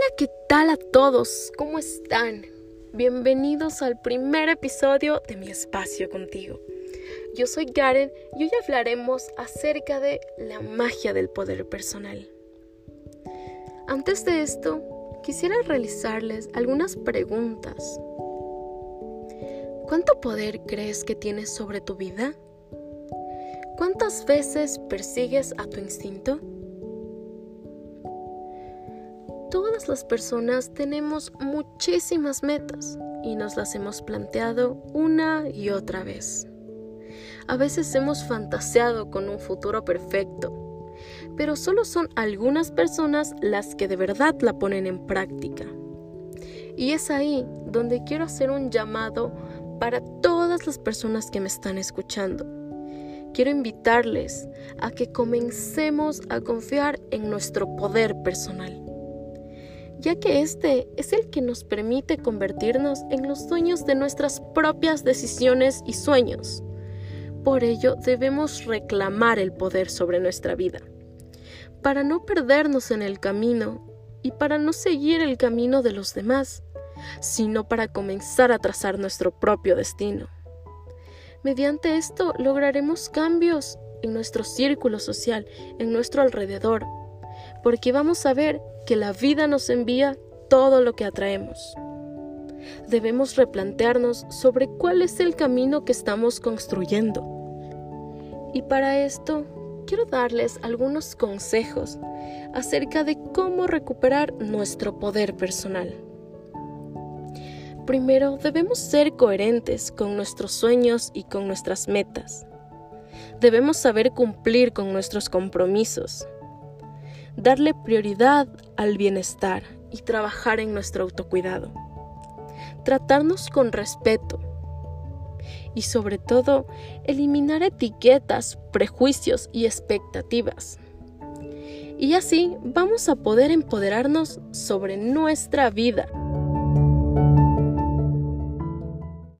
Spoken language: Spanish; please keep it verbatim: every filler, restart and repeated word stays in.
Hola, ¿qué tal a todos? ¿Cómo están? Bienvenidos al primer episodio de Mi Espacio Contigo. Yo soy Karen y hoy hablaremos acerca de la magia del poder personal. Antes de esto, quisiera realizarles algunas preguntas. ¿Cuánto poder crees que tienes sobre tu vida? ¿Cuántas veces persigues a tu instinto? Todas las personas tenemos muchísimas metas y nos las hemos planteado una y otra vez. A veces hemos fantaseado con un futuro perfecto, pero solo son algunas personas las que de verdad la ponen en práctica. Y es ahí donde quiero hacer un llamado para todas las personas que me están escuchando. Quiero invitarles a que comencemos a confiar en nuestro poder personal, ya que este es el que nos permite convertirnos en los dueños de nuestras propias decisiones y sueños. Por ello, debemos reclamar el poder sobre nuestra vida, para no perdernos en el camino y para no seguir el camino de los demás, sino para comenzar a trazar nuestro propio destino. Mediante esto lograremos cambios en nuestro círculo social, en nuestro alrededor, porque vamos a ver que la vida nos envía todo lo que atraemos. Debemos replantearnos sobre cuál es el camino que estamos construyendo. Y para esto, quiero darles algunos consejos acerca de cómo recuperar nuestro poder personal. Primero, debemos ser coherentes con nuestros sueños y con nuestras metas. Debemos saber cumplir con nuestros compromisos, darle prioridad al bienestar y trabajar en nuestro autocuidado, tratarnos con respeto y sobre todo eliminar etiquetas, prejuicios y expectativas. Y así vamos a poder empoderarnos sobre nuestra vida.